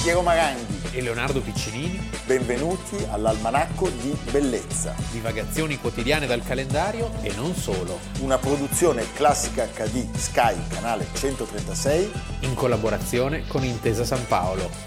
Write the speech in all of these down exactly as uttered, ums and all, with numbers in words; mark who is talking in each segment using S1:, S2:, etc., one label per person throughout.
S1: Piero Maranghi
S2: e Leonardo Piccinini.
S1: Benvenuti all'Almanacco di Bellezza.
S2: Divagazioni quotidiane dal calendario e non solo.
S1: Una produzione Classica acca di Sky, canale centotrentasei,
S2: in collaborazione con Intesa San Paolo.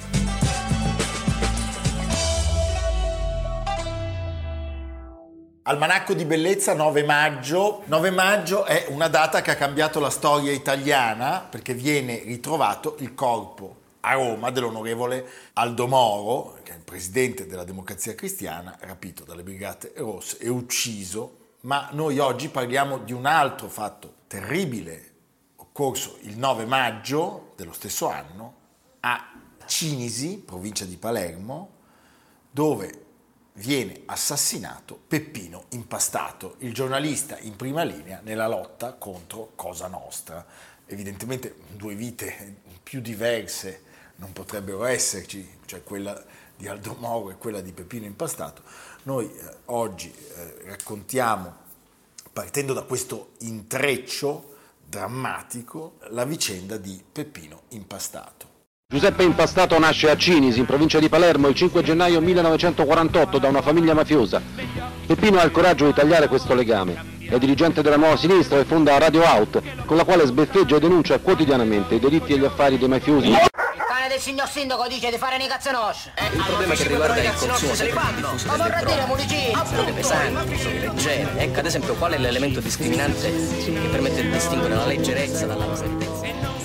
S1: Almanacco di Bellezza, nove maggio. nove maggio è una data che ha cambiato la storia italiana perché viene ritrovato il corpo a Roma dell'onorevole Aldo Moro, che è il presidente della Democrazia Cristiana, rapito dalle Brigate Rosse e ucciso. Ma noi oggi parliamo di un altro fatto terribile occorso il nove maggio dello stesso anno a Cinisi, provincia di Palermo, dove viene assassinato Peppino Impastato, il giornalista in prima linea nella lotta contro Cosa Nostra. Evidentemente due vite più diverse non potrebbero esserci, cioè quella di Aldo Moro e quella di Peppino Impastato. Noi eh, oggi eh, raccontiamo, partendo da questo intreccio drammatico, la vicenda di Peppino Impastato.
S3: Giuseppe Impastato nasce a Cinisi, in provincia di Palermo, il cinque gennaio millenovecentoquarantotto da una famiglia mafiosa. Peppino ha il coraggio di tagliare questo legame. È dirigente della Nuova Sinistra e fonda Radio Out, con la quale sbeffeggia e denuncia quotidianamente i delitti e gli affari dei mafiosi.
S4: Il cane del signor sindaco dice di fare nei cazzonosce.
S5: Eh, il problema che riguarda il consumo se li fanno.
S4: Ma vorrà dire municipio.
S5: Droghe pesanti, droghe leggere. Ecco ad esempio qual è l'elemento discriminante che permette di distinguere la leggerezza dalla pesanza.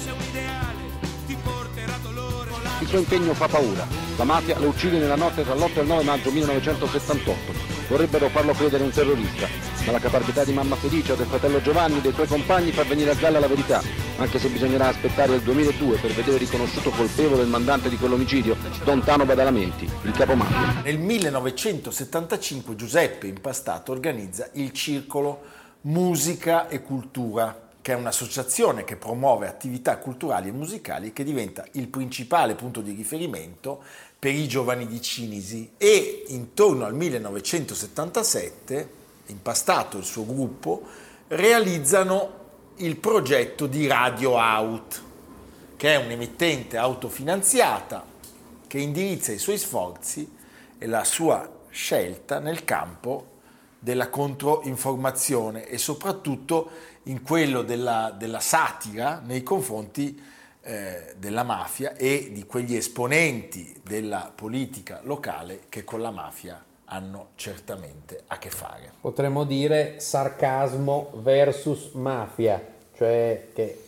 S3: Il suo impegno fa paura. La mafia lo uccide nella notte tra l'otto e il nove maggio millenovecentosettantotto. Vorrebbero farlo credere un terrorista, ma la caparbità di mamma Felicia, del fratello Giovanni e dei suoi compagni fa venire a galla la verità, anche se bisognerà aspettare il duemiladue per vedere riconosciuto colpevole il mandante di quell'omicidio, Don Tano Badalamenti, il capomafia.
S1: Nel millenovecentosettantacinque Giuseppe Impastato organizza il Circolo Musica e Cultura, che è un'associazione che promuove attività culturali e musicali che diventa il principale punto di riferimento per i giovani di Cinisi, e intorno al millenovecentosettantasette Impastato e il suo gruppo realizzano il progetto di Radio Out, che è un'emittente autofinanziata che indirizza i suoi sforzi e la sua scelta nel campo della controinformazione e soprattutto in quello della, della satira nei confronti eh, della mafia e di quegli esponenti della politica locale che con la mafia hanno certamente a che fare.
S2: Potremmo dire sarcasmo versus mafia, cioè che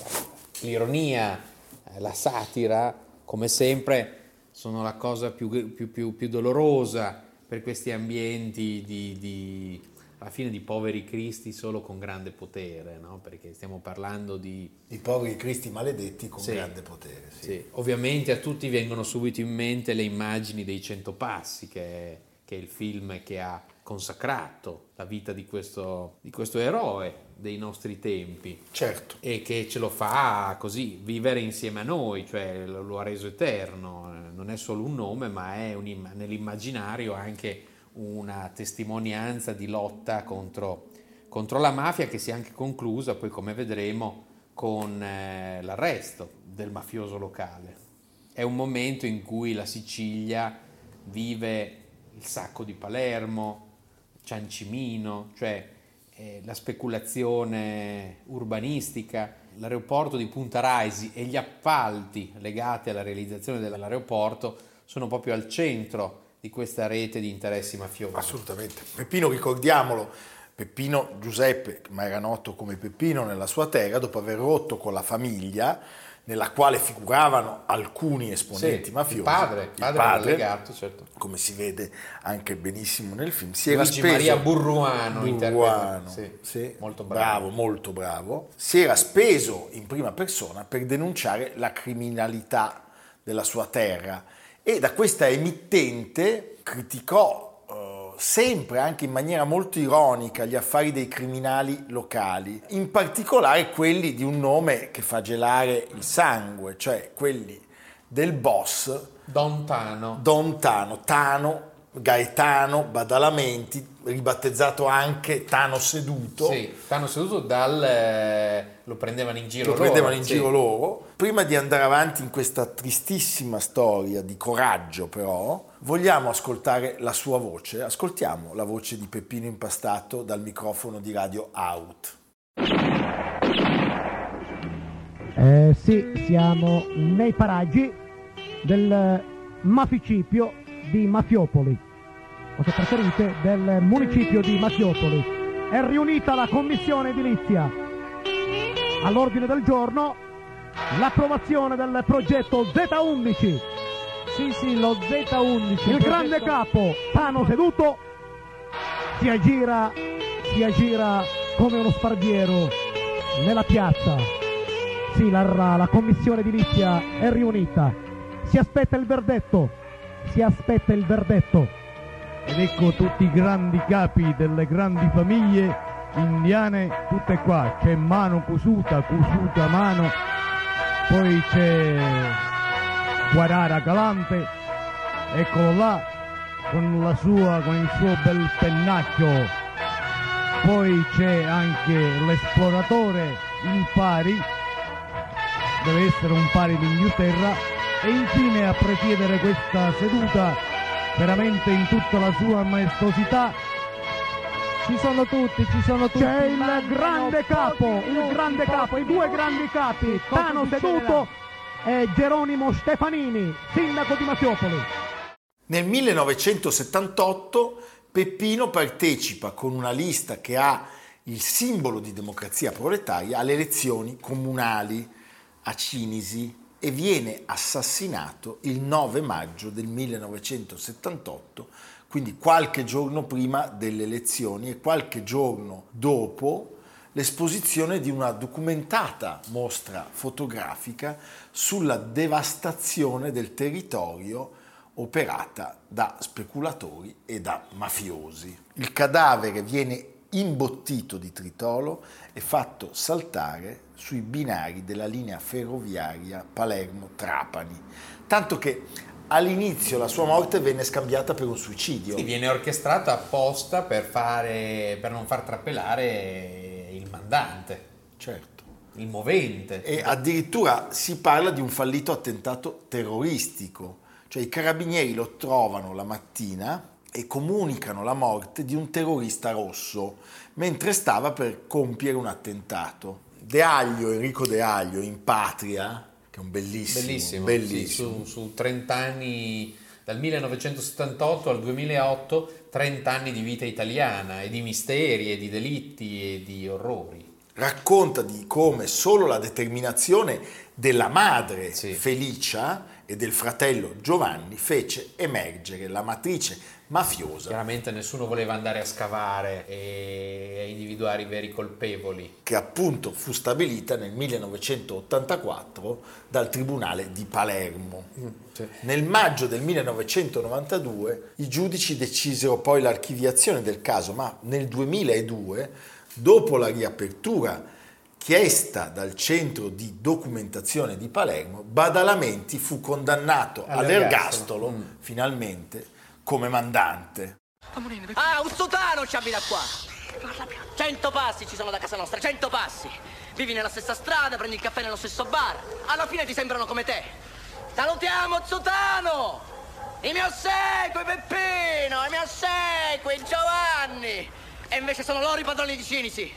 S2: l'ironia, la satira, come sempre, sono la cosa più, più, più, più dolorosa per questi ambienti di, di alla fine di poveri cristi solo con grande potere, no? Perché stiamo parlando di
S1: i poveri cristi maledetti con
S2: sì,
S1: grande potere. Sì.
S2: Sì. Ovviamente a tutti vengono subito in mente le immagini dei Cento Passi, che è, che è il film che ha consacrato la vita di questo, di questo eroe dei nostri tempi.
S1: Certo.
S2: E che ce lo fa così vivere insieme a noi, cioè lo, lo ha reso eterno. Non è solo un nome, ma è un, nell'immaginario anche una testimonianza di lotta contro, contro la mafia, che si è anche conclusa poi, come vedremo, con eh, l'arresto del mafioso locale. È un momento in cui la Sicilia vive il sacco di Palermo, Ciancimino, cioè eh, la speculazione urbanistica, l'aeroporto di Punta Raisi e gli appalti legati alla realizzazione dell'aeroporto sono proprio al centro di questa rete di interessi mafiosi.
S1: Assolutamente. Peppino, ricordiamolo, Peppino Giuseppe, ma era noto come Peppino nella sua terra, dopo aver rotto con la famiglia, nella quale figuravano alcuni esponenti
S2: sì,
S1: mafiosi.
S2: Il padre, il padre, padre legato, certo.
S1: Come si vede anche benissimo nel film. Si era
S2: Luigi
S1: speso,
S2: Maria Burruano,
S1: Burruano
S2: sì,
S1: sì,
S2: molto bravo.
S1: bravo, molto bravo. Si era speso in prima persona per denunciare la criminalità della sua terra, e da questa emittente criticò eh, sempre, anche in maniera molto ironica, gli affari dei criminali locali, in particolare quelli di un nome che fa gelare il sangue, cioè quelli del boss
S2: Don Tano.
S1: Don Tano, Tano, Gaetano Badalamenti, ribattezzato anche Tano Seduto.
S2: Sì, Tano Seduto dal eh, lo prendevano in giro
S1: lo
S2: loro.
S1: prendevano in
S2: sì.
S1: giro loro. Prima di andare avanti in questa tristissima storia di coraggio, però, vogliamo ascoltare la sua voce. Ascoltiamo la voce di Peppino Impastato dal microfono di Radio Out.
S6: Eh, sì, siamo nei paraggi del maficipio di Mafiopoli, o se preferite del municipio di Mafiopoli. È riunita la commissione edilizia. All'ordine del giorno l'approvazione del progetto Z undici.
S7: Sì, sì, lo Z undici.
S6: Il grande capo Tano Seduto si aggira, si aggira come uno sparviero nella piazza. Sì, la, la commissione edilizia è riunita. Si aspetta il verdetto. Si aspetta il verdetto.
S7: Ed ecco tutti i grandi capi delle grandi famiglie indiane, tutte qua. C'è mano cusuta, cusuta mano. Poi c'è Guarara Galante, eccolo là, con la sua, con il suo bel pennacchio. Poi c'è anche l'esploratore, il pari, deve essere un pari d'Inghilterra, e infine a presiedere questa seduta veramente in tutta la sua maestosità ci sono tutti, ci sono tutti.
S6: C'è il grande capo, il grande capo, i due grandi capi, Tano Seduto e Geronimo Stefanini, sindaco di Mafiopoli.
S1: Nel millenovecentosettantotto Peppino partecipa con una lista che ha il simbolo di Democrazia Proletaria alle elezioni comunali a Cinisi e viene assassinato il nove maggio del millenovecentosettantotto, quindi qualche giorno prima delle elezioni e qualche giorno dopo l'esposizione di una documentata mostra fotografica sulla devastazione del territorio operata da speculatori e da mafiosi. Il cadavere viene imbottito di tritolo e fatto saltare sui binari della linea ferroviaria Palermo-Trapani, tanto che all'inizio la sua morte venne scambiata per un suicidio.
S2: Sì, viene orchestrata apposta per, fare, per non far trapelare il mandante,
S1: certo,
S2: il movente.
S1: E addirittura si parla di un fallito attentato terroristico, cioè i carabinieri lo trovano la mattina e comunicano la morte di un terrorista rosso mentre stava per compiere un attentato. De Aglio, Enrico De Aglio, in Patria, che è un bellissimo,
S2: bellissimo,
S1: bellissimo.
S2: Sì, su, su trenta anni, dal millenovecentosettantotto al duemilaotto, trenta anni di vita italiana e di misteri e di delitti e di orrori.
S1: Racconta di come solo la determinazione della madre
S2: sì.
S1: Felicia e del fratello Giovanni fece emergere la matrice mafiosa.
S2: Chiaramente nessuno voleva andare a scavare e a individuare i veri colpevoli.
S1: Che appunto fu stabilita nel millenovecentottantaquattro dal Tribunale di Palermo.
S2: Mm, sì.
S1: Nel maggio del millenovecentonovantadue i giudici decisero poi l'archiviazione del caso, ma nel duemiladue, dopo la riapertura chiesta dal centro di documentazione di Palermo, Badalamenti fu condannato all'ergastolo, mm. finalmente, come mandante.
S5: Ah, un sotano ci abita qua. Cento passi ci sono da casa nostra, cento passi. Vivi nella stessa strada, prendi il caffè nello stesso bar. Alla fine ti sembrano come te. Salutiamo Zutano! I miei ossequi, Peppino! I miei ossequi, Giovanni! E invece sono loro i padroni di Cinisi.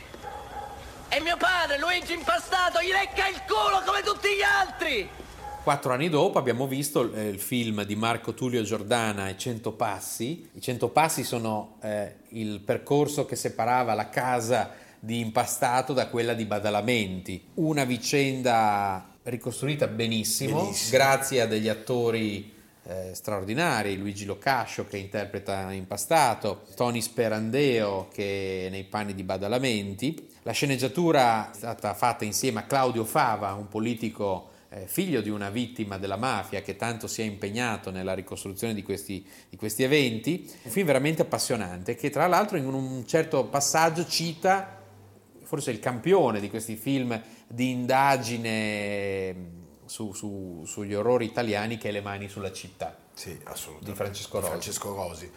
S5: E mio padre, Luigi Impastato, gli lecca il culo come tutti gli altri!
S2: Quattro anni dopo abbiamo visto eh, il film di Marco Tullio Giordana, I Cento Passi. I Cento Passi sono eh, il percorso che separava la casa di Impastato da quella di Badalamenti. Una vicenda ricostruita benissimo, benissimo. grazie a degli attori eh, straordinari, Luigi Locascio che interpreta Impastato, Tony Sperandeo che è nei panni di Badalamenti. La sceneggiatura è stata fatta insieme a Claudio Fava, un politico Eh, figlio di una vittima della mafia che tanto si è impegnato nella ricostruzione di questi, di questi eventi. Un film veramente appassionante che tra l'altro in un certo passaggio cita forse il campione di questi film di indagine su, su, sugli orrori italiani, che è Le mani sulla città,
S1: sì, assolutamente,
S2: di Francesco Rosi.
S1: Francesco Rosi.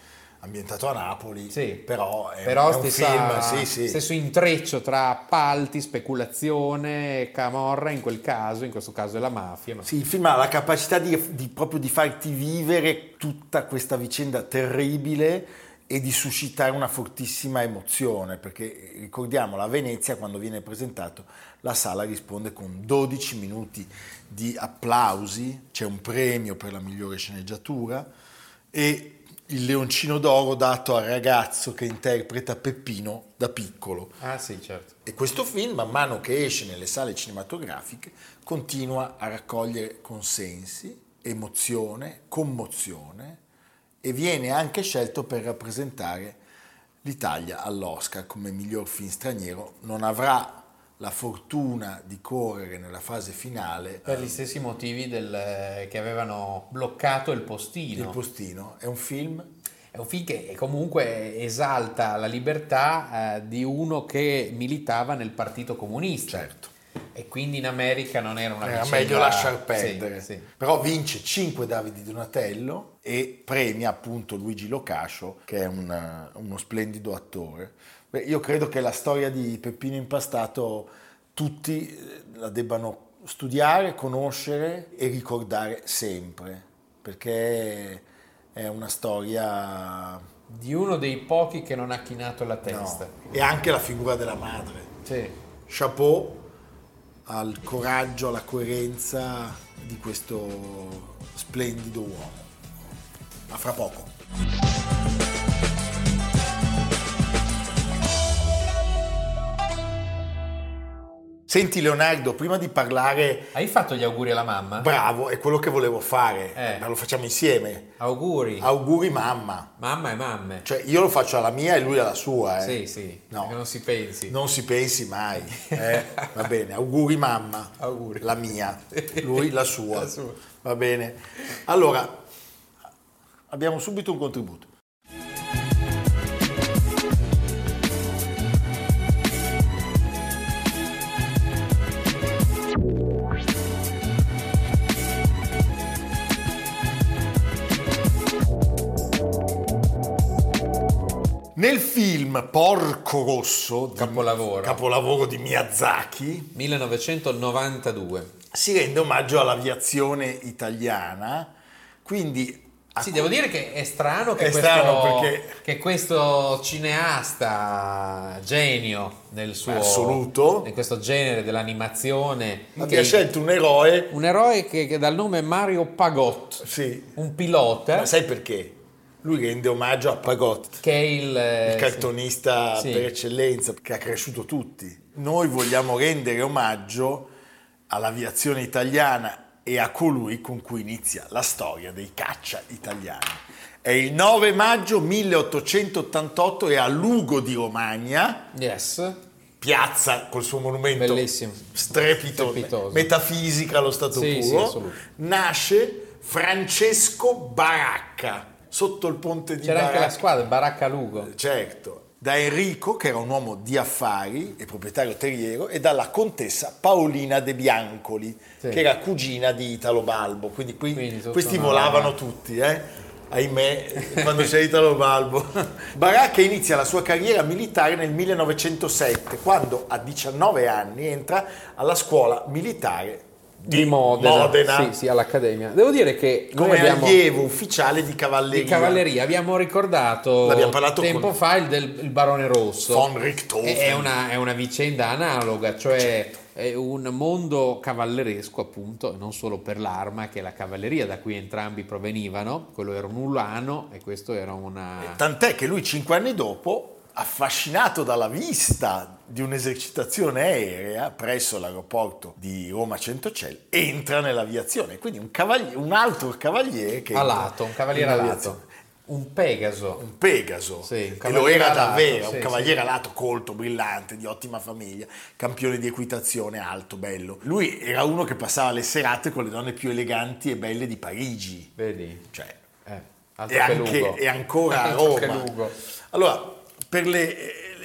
S1: ambientato a Napoli,
S2: Sì.
S1: però è,
S2: Però
S1: è un
S2: stessa-
S1: film, sì, sì.
S2: stesso intreccio tra appalti, speculazione, camorra in quel caso, in questo caso è la mafia. Ma...
S1: Sì, il film ha la capacità di, di proprio di farti vivere tutta questa vicenda terribile e di suscitare una fortissima emozione, perché ricordiamo, a Venezia quando viene presentato la sala risponde con dodici minuti di applausi, c'è un premio per la migliore sceneggiatura e il leoncino d'oro dato al ragazzo che interpreta Peppino da piccolo.
S2: Ah sì, certo.
S1: E questo film, man mano che esce nelle sale cinematografiche, continua a raccogliere consensi, emozione, commozione e viene anche scelto per rappresentare l'Italia all'Oscar come miglior film straniero. Non avrà la fortuna di correre nella fase finale.
S2: Per gli stessi motivi del, che avevano bloccato il postino.
S1: Il postino è un film...
S2: È un film che comunque esalta la libertà eh, di uno che militava nel Partito Comunista.
S1: Certo.
S2: E quindi in America non era una
S1: Era
S2: vicenda...
S1: meglio lasciar perdere.
S2: Sì, sì.
S1: Però vince cinque Davide Donatello e premia appunto Luigi Locascio, che è un, uno splendido attore. Beh, io credo che la storia di Peppino Impastato tutti la debbano studiare, conoscere e ricordare sempre, perché è una storia...
S2: Di uno dei pochi che non ha chinato la testa.
S1: No. E anche la figura della madre.
S2: Sì.
S1: Chapeau al coraggio, alla coerenza di questo splendido uomo. A fra poco. Senti Leonardo, prima di parlare...
S2: Hai fatto gli auguri alla mamma?
S1: Bravo, è quello che volevo fare,
S2: Eh.
S1: ma lo facciamo insieme.
S2: Auguri.
S1: Auguri mamma.
S2: Mamma e mamme.
S1: Cioè io lo faccio alla mia e lui alla sua. Eh.
S2: Sì, sì,
S1: No.
S2: perché non si pensi.
S1: Non si pensi mai. Eh? Va bene, auguri mamma.
S2: Auguri.
S1: La mia, lui la sua.
S2: La sua.
S1: Va bene. Allora, abbiamo subito un contributo. Nel film Porco Rosso, di-
S2: Capolavoro.
S1: capolavoro di Miyazaki,
S2: millenovecentonovantadue.
S1: si rende omaggio all'aviazione italiana, quindi...
S2: Sì, devo dire che è strano che,
S1: È
S2: questo,
S1: strano perché-
S2: che questo cineasta genio nel suo
S1: Assoluto.
S2: in questo genere dell'animazione
S1: abbia
S2: che-
S1: scelto un eroe,
S2: un eroe che, che dal nome Mario Pagot,
S1: sì,
S2: un pilota
S1: ma sai perché? Lui rende omaggio a Pagot,
S2: che è il, eh,
S1: il cartonista
S2: sì.
S1: per eccellenza, che ha cresciuto tutti. Noi vogliamo rendere omaggio all'aviazione italiana e a colui con cui inizia la storia dei caccia italiani. È il nove maggio milleottocentottantotto e a Lugo di Romagna,
S2: sì. Yes.
S1: piazza col suo monumento
S2: Bellissimo.
S1: strepito,
S2: Strepitoso.
S1: metafisica allo stato
S2: Sì, sì,
S1: puro,
S2: assoluto.
S1: nasce Francesco Baracca sotto il ponte di
S2: C'era anche la
S1: Baracca.
S2: squadra Baracca Lugo.
S1: Certo, da Enrico, che era un uomo di affari e proprietario terriero, e dalla contessa Paolina De Biancoli,
S2: Sì.
S1: che era cugina di Italo Balbo. Quindi, qui,
S2: Quindi tutto
S1: questi
S2: una-
S1: volavano tutti, eh? Ahimè, quando c'è Italo Balbo. Baracca inizia la sua carriera militare nel millenovecentosette, quando a diciannove anni entra alla scuola militare
S2: Di Modena,
S1: Modena,
S2: Sì, sì, all'Accademia. Devo dire che noi
S1: come
S2: abbiamo
S1: allievo ufficiale di cavalleria.
S2: di cavalleria abbiamo ricordato
S1: L'abbiamo parlato
S2: tempo
S1: con-
S2: fa il del il Barone Rosso.
S1: Von Richthofen.
S2: È una, è una vicenda analoga, cioè è un mondo cavalleresco appunto, non solo per l'arma che è la cavalleria da cui entrambi provenivano, quello era un ulano e questo era una...
S1: Tant'è che lui cinque anni dopo, affascinato dalla vista di un'esercitazione aerea presso l'aeroporto di Roma Centocelle, entra nell'aviazione. Quindi un, cavaliere, un altro cavaliere che
S2: alato, un cavaliere alato,
S1: nell'aviazione.
S2: un Pegaso.
S1: Un Pegaso,
S2: Sì, un
S1: e lo
S2: cavaliere
S1: era
S2: alato,
S1: davvero,
S2: sì,
S1: un cavaliere
S2: sì.
S1: alato, colto, brillante, di ottima famiglia, campione di equitazione, alto, bello. Lui era uno che passava le serate con le donne più eleganti e belle di Parigi.
S2: Vedi?
S1: Cioè,
S2: Eh, altro
S1: e,
S2: che
S1: anche,
S2: Lugo.
S1: e ancora a
S2: Altro che
S1: Roma.
S2: Lugo.
S1: Allora, per le,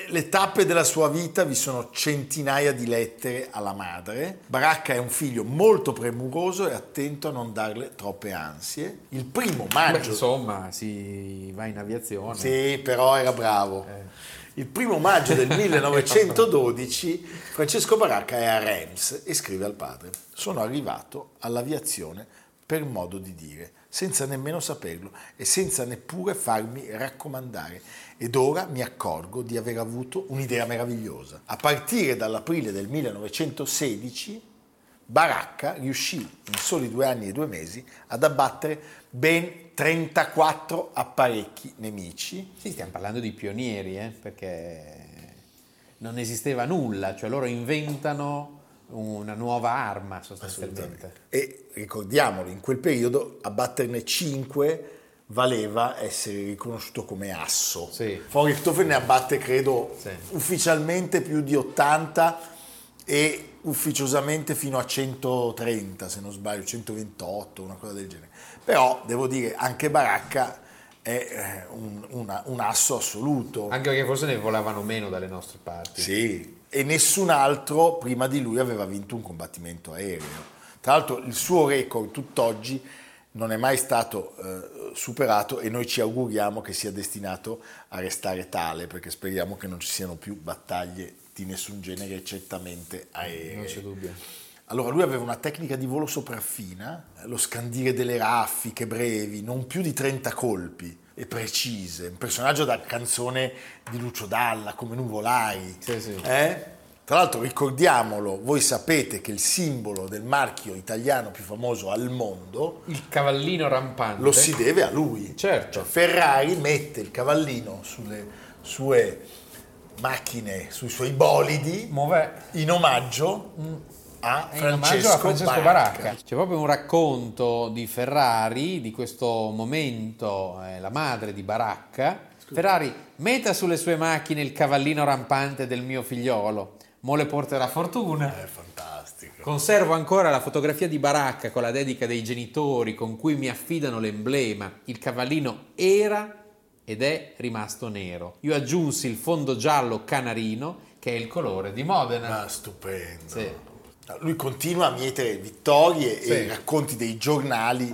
S1: le tappe della sua vita vi sono centinaia di lettere alla madre. Baracca è un figlio molto premuroso e attento a non darle troppe ansie. Il primo maggio...
S2: Beh, insomma, si va in aviazione.
S1: Sì, però era bravo.
S2: Eh.
S1: Il primo maggio del millenovecentododici Francesco Baracca è a Reims e scrive al padre: sono arrivato all'aviazione per modo di dire, senza nemmeno saperlo e senza neppure farmi raccomandare, ed ora mi accorgo di aver avuto un'idea meravigliosa. A partire dall'aprile del millenovecentosedici Baracca riuscì in soli due anni e due mesi ad abbattere ben trentaquattro apparecchi nemici.
S2: Sì, stiamo parlando di pionieri, eh, perché non esisteva nulla, cioè loro inventano una nuova arma sostanzialmente.
S1: E ricordiamolo, in quel periodo abbatterne cinque valeva essere riconosciuto come asso.
S2: Sì.
S1: Von Richthofen ne abbatte, credo,
S2: sì.
S1: ufficialmente più di ottanta e ufficiosamente fino a centotrenta, se non sbaglio, centoventotto, una cosa del genere. Però devo dire, anche Baracca è un, una, un asso assoluto.
S2: Anche perché forse ne volavano meno dalle nostre parti.
S1: Sì, e nessun altro prima di lui aveva vinto un combattimento aereo. Tra l'altro il suo record tutt'oggi non è mai stato eh, superato e noi ci auguriamo che sia destinato a restare tale, perché speriamo che non ci siano più battaglie di nessun genere, certamente aeree.
S2: Non c'è dubbio.
S1: Allora lui aveva una tecnica di volo sopraffina, lo scandire delle raffiche brevi, non più di trenta colpi e precise, un personaggio da canzone di Lucio Dalla, come Nuvolari.
S2: Sì, sì.
S1: Eh? Tra l'altro ricordiamolo, voi sapete che il simbolo del marchio italiano più famoso al mondo,
S2: il cavallino rampante,
S1: lo si deve a lui.
S2: Certo.
S1: Cioè, Ferrari mette il cavallino sulle sue macchine, sui suoi bolidi,
S2: Muove.
S1: in omaggio a
S2: in
S1: Francesco,
S2: omaggio a Francesco
S1: Baracca.
S2: Baracca. C'è proprio un racconto di Ferrari, di questo momento, eh, la madre di Baracca. Scusa. Ferrari, metta sulle sue macchine il cavallino rampante del mio figliolo, mo le porterà fortuna.
S1: È fantastico.
S2: Conservo ancora la fotografia di Baracca con la dedica dei genitori con cui mi affidano l'emblema. Il cavallino era ed è rimasto nero. Io aggiunsi il fondo giallo canarino, che è il colore di Modena.
S1: Ah, stupendo.
S2: Sì.
S1: Lui continua a mietere vittorie
S2: Sì.
S1: e i racconti dei giornali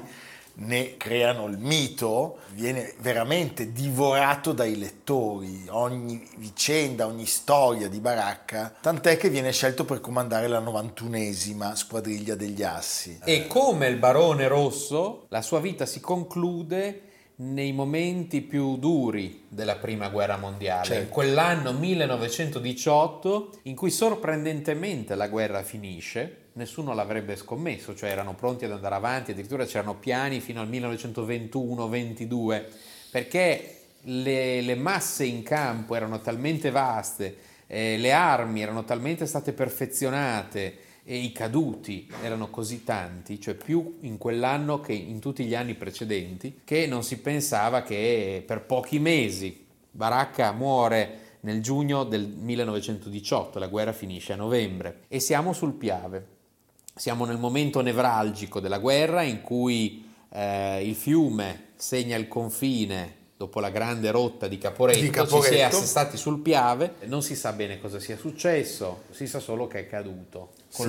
S1: ne creano il mito, viene veramente divorato dai lettori, ogni vicenda, ogni storia di Baracca, tant'è che viene scelto per comandare la novantunesima squadriglia degli Assi.
S2: E come il Barone Rosso, la sua vita si conclude nei momenti più duri della prima guerra mondiale,
S1: Certo.
S2: in quell'anno millenovecentodiciotto in cui sorprendentemente la guerra finisce. Nessuno l'avrebbe scommesso, cioè erano pronti ad andare avanti, addirittura c'erano piani fino al millenovecentoventuno ventidue, perché le, le masse in campo erano talmente vaste, eh, le armi erano talmente state perfezionate e i caduti erano così tanti, cioè più in quell'anno che in tutti gli anni precedenti, che non si pensava che per pochi mesi Baracca muore nel giugno del millenovecentodiciotto, la guerra finisce a novembre e siamo sul Piave. Siamo nel momento nevralgico della guerra in cui eh, il fiume segna il confine dopo la grande rotta di Caporetto,
S1: Di Caporetto.
S2: ci si è assestati sul Piave, non si sa bene cosa sia successo, si sa solo che è caduto,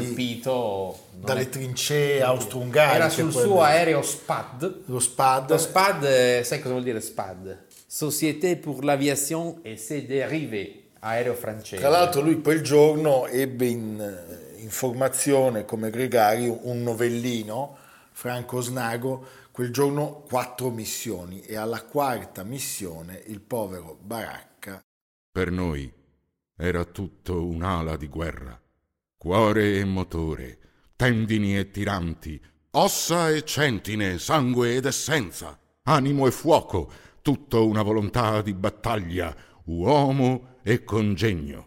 S2: colpito
S1: Sì,
S2: non
S1: dalle
S2: è...
S1: trincee austro-ungariche.
S2: Era sul
S1: quelle-
S2: suo aereo SPAD.
S1: Lo SPAD.
S2: Lo SPAD, eh, sai cosa vuol dire SPAD? Société pour l'Aviation et ses Dérivés, aereo francese.
S1: Tra l'altro lui quel giorno ebbe in, in formazione come gregario un novellino, Franco Snago, quel giorno quattro missioni e alla quarta missione il povero Baracca.
S8: Per noi era tutto un'ala di guerra, cuore e motore, tendini e tiranti, ossa e centine, sangue ed essenza, animo e fuoco, tutto una volontà di battaglia, uomo e congegno.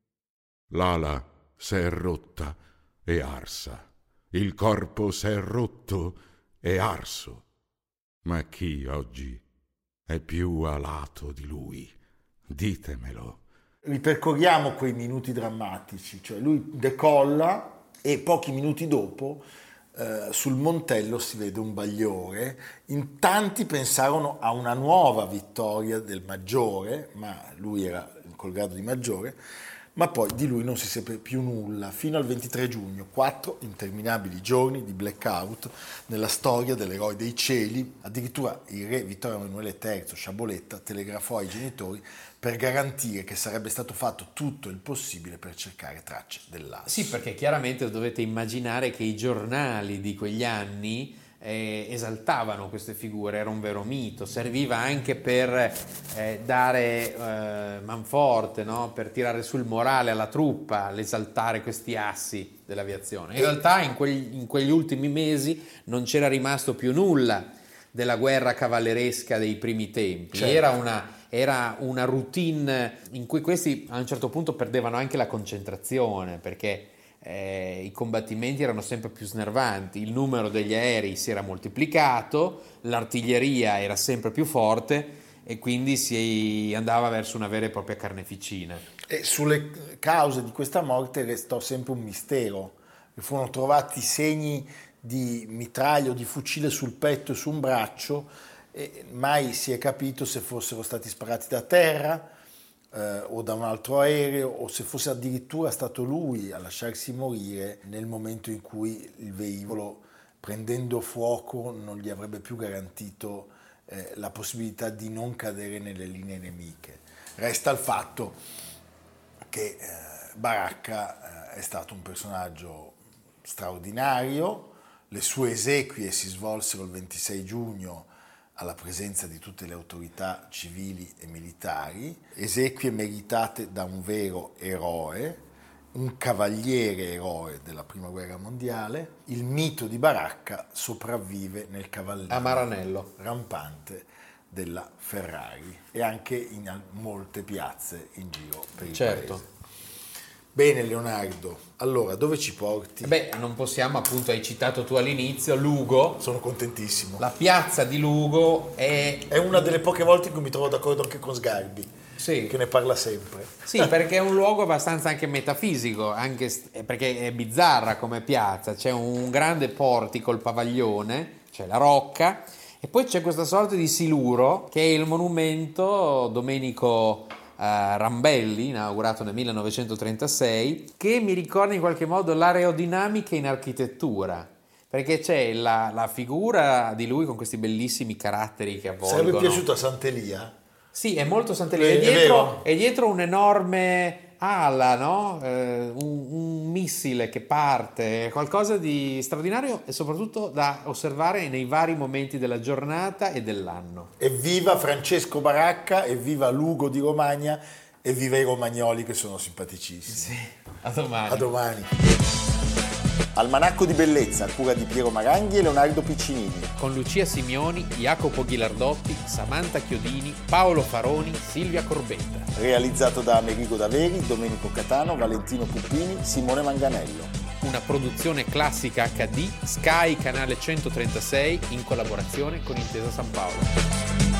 S8: L'ala s'è rotta e arsa, il corpo s'è rotto e arso. Ma chi oggi è più alato di lui? Ditemelo.
S1: Ripercorriamo quei minuti drammatici, cioè lui decolla e pochi minuti dopo eh, sul Montello si vede un bagliore. In tanti pensarono a una nuova vittoria del maggiore, ma lui era col grado di maggiore, ma poi di lui non si seppe più nulla fino al ventitré giugno, quattro interminabili giorni di blackout nella storia dell'eroe dei cieli. Addirittura il re Vittorio Emanuele terzo Sciaboletta telegrafò ai genitori per garantire che sarebbe stato fatto tutto il possibile per cercare tracce dell'asso.
S2: Sì, perché chiaramente dovete immaginare che i giornali di quegli anni Eh, esaltavano queste figure, era un vero mito, serviva anche per eh, dare eh, manforte, no? Per tirare sul morale alla truppa, l'esaltare questi assi dell'aviazione. In realtà in, quegli, in quegli ultimi mesi non c'era rimasto più nulla della guerra cavalleresca dei primi tempi, certo. era, una, era una routine in cui questi a un certo punto perdevano anche la concentrazione, perché Eh, i combattimenti erano sempre più snervanti, il numero degli aerei si era moltiplicato, l'artiglieria era sempre più forte e quindi si andava verso una vera e propria carneficina.
S1: E sulle cause di questa morte restò sempre un mistero. Furono trovati segni di mitraglio, di fucile sul petto e su un braccio, e mai si è capito se fossero stati sparati da terra Eh, o da un altro aereo, o se fosse addirittura stato lui a lasciarsi morire nel momento in cui il velivolo, prendendo fuoco, non gli avrebbe più garantito eh, la possibilità di non cadere nelle linee nemiche. Resta il fatto che eh, Baracca eh, è stato un personaggio straordinario, le sue esequie si svolsero il ventisei giugno alla presenza di tutte le autorità civili e militari, esequie meritate da un vero eroe, un cavaliere eroe della prima guerra mondiale. Il mito di Baracca sopravvive nel cavallino
S2: a Maranello
S1: rampante della Ferrari e anche in molte piazze in giro per il
S2: certo.
S1: paese. Bene Leonardo, allora dove ci porti?
S2: Beh, non possiamo, appunto, hai citato tu all'inizio Lugo.
S1: Sono contentissimo.
S2: La piazza di Lugo è...
S1: È una delle poche volte in cui mi trovo d'accordo anche con Sgarbi,
S2: sì.
S1: che ne parla sempre.
S2: Sì, perché è un luogo abbastanza anche metafisico, anche perché è bizzarra come piazza. C'è un grande portico, il Pavaglione, c'è la Rocca, e poi c'è questa sorta di siluro che è il monumento Domenico Uh, Rambelli, inaugurato nel millenovecentotrentasei, che mi ricorda in qualche modo l'aerodinamica in architettura, perché c'è la, la figura di lui con questi bellissimi caratteri che avvolgono.
S1: Sarebbe piaciuto a Sant'Elia?
S2: Sì, è molto Sant'Elia. E
S1: È
S2: dietro, è dietro un'enorme ala, no? Eh, un, un missile che parte, qualcosa di straordinario e soprattutto da osservare nei vari momenti della giornata e dell'anno.
S1: Evviva Francesco Baracca, evviva Lugo di Romagna, evviva i romagnoli che sono simpaticissimi.
S2: Sì, a domani.
S1: A domani. Almanacco di bellezza, a cura di Piero Maranghi e Leonardo Piccinini.
S2: Con Lucia Simioni, Jacopo Ghilardotti, Samantha Chiodini, Paolo Faroni, Silvia Corbetta.
S1: Realizzato da Amerigo Daveri, Domenico Catano, Valentino Puppini, Simone Manganello.
S2: Una produzione classica acca di Sky Canale centotrentasei in collaborazione con Intesa San Paolo.